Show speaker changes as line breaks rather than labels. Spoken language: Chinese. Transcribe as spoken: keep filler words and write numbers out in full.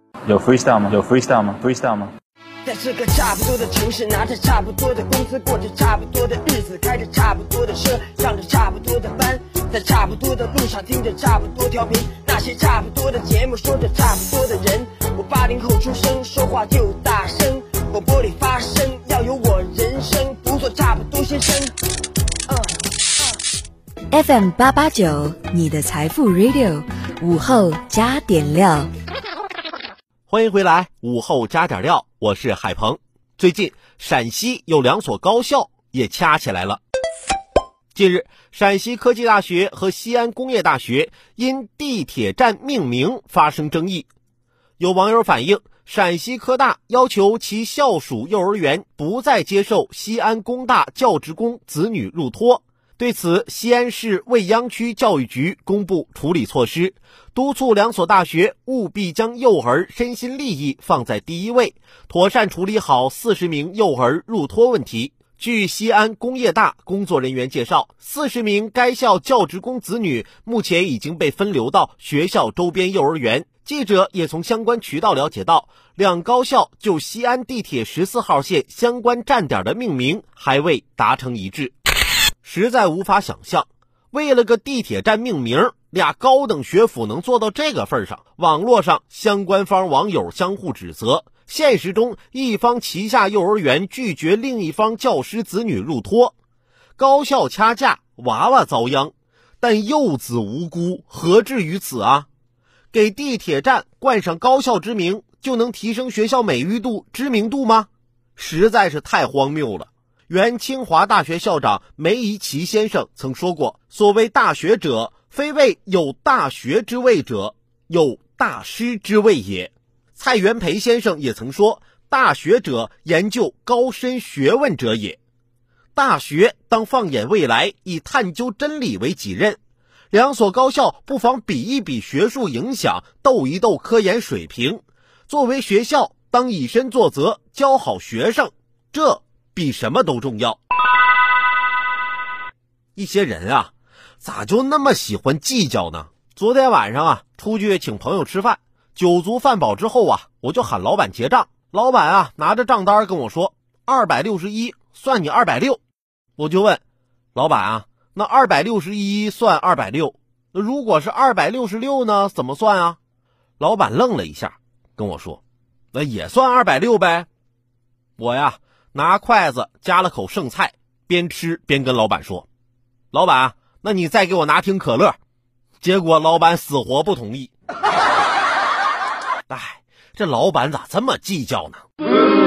有 freestyle 吗？有 freestyle 吗 ？freestyle 吗？
在这个差不多的城市，拿着差不多的工资，过着差不多的日子，开着差不多的车，上着差不多的班，在差不多的路上听着差不多调频，那些差不多的节目，说着差不多的人。我八零后出生，说话就大声，广播里发声，要有我人生，不做差不多先生。嗯嗯、
F M 八八九，你的财富 Radio， 午后加点料。
欢迎回来，午后加点料，我是海鹏。最近陕西有两所高校也掐起来了。近日，陕西科技大学和西安工业大学因地铁站命名发生争议。有网友反映，陕西科大要求其校属幼儿园不再接受西安工大教职工子女入托。对此，西安市未央区教育局公布处理措施，督促两所大学务必将幼儿身心利益放在第一位，妥善处理好四十名幼儿入托问题。据西安工业大工作人员介绍，四十名该校教职工子女目前已经被分流到学校周边幼儿园。记者也从相关渠道了解到，两高校就西安地铁十四号线相关站点的命名还未达成一致。实在无法想象，为了个地铁站命名，俩高等学府能做到这个份上。网络上相关方网友相互指责，现实中一方旗下幼儿园拒绝另一方教师子女入托，高校掐架，娃娃遭殃，但幼子无辜，何至于此啊？给地铁站冠上高校之名，就能提升学校美誉度、知名度吗？实在是太荒谬了。原清华大学校长梅贻琦先生曾说过，所谓大学者，非谓有大学之谓者，有大师之谓也。蔡元培先生也曾说，大学者，研究高深学问者也。大学当放眼未来，以探究真理为己任。两所高校不妨比一比学术影响，斗一斗科研水平。作为学校，当以身作则，教好学生，这比什么都重要。一些人啊，咋就那么喜欢计较呢？昨天晚上啊，出去请朋友吃饭，酒足饭饱之后啊，我就喊老板结账。老板啊，拿着账单跟我说二百六十一，算你二百六。我就问老板啊，那二百六十一算二百六，那如果是二百六十六呢，怎么算啊？老板愣了一下，跟我说那也算二百六呗。我呀拿筷子夹了口剩菜，边吃边跟老板说，老板，那你再给我拿瓶可乐。结果老板死活不同意。哎，这老板咋这么计较呢？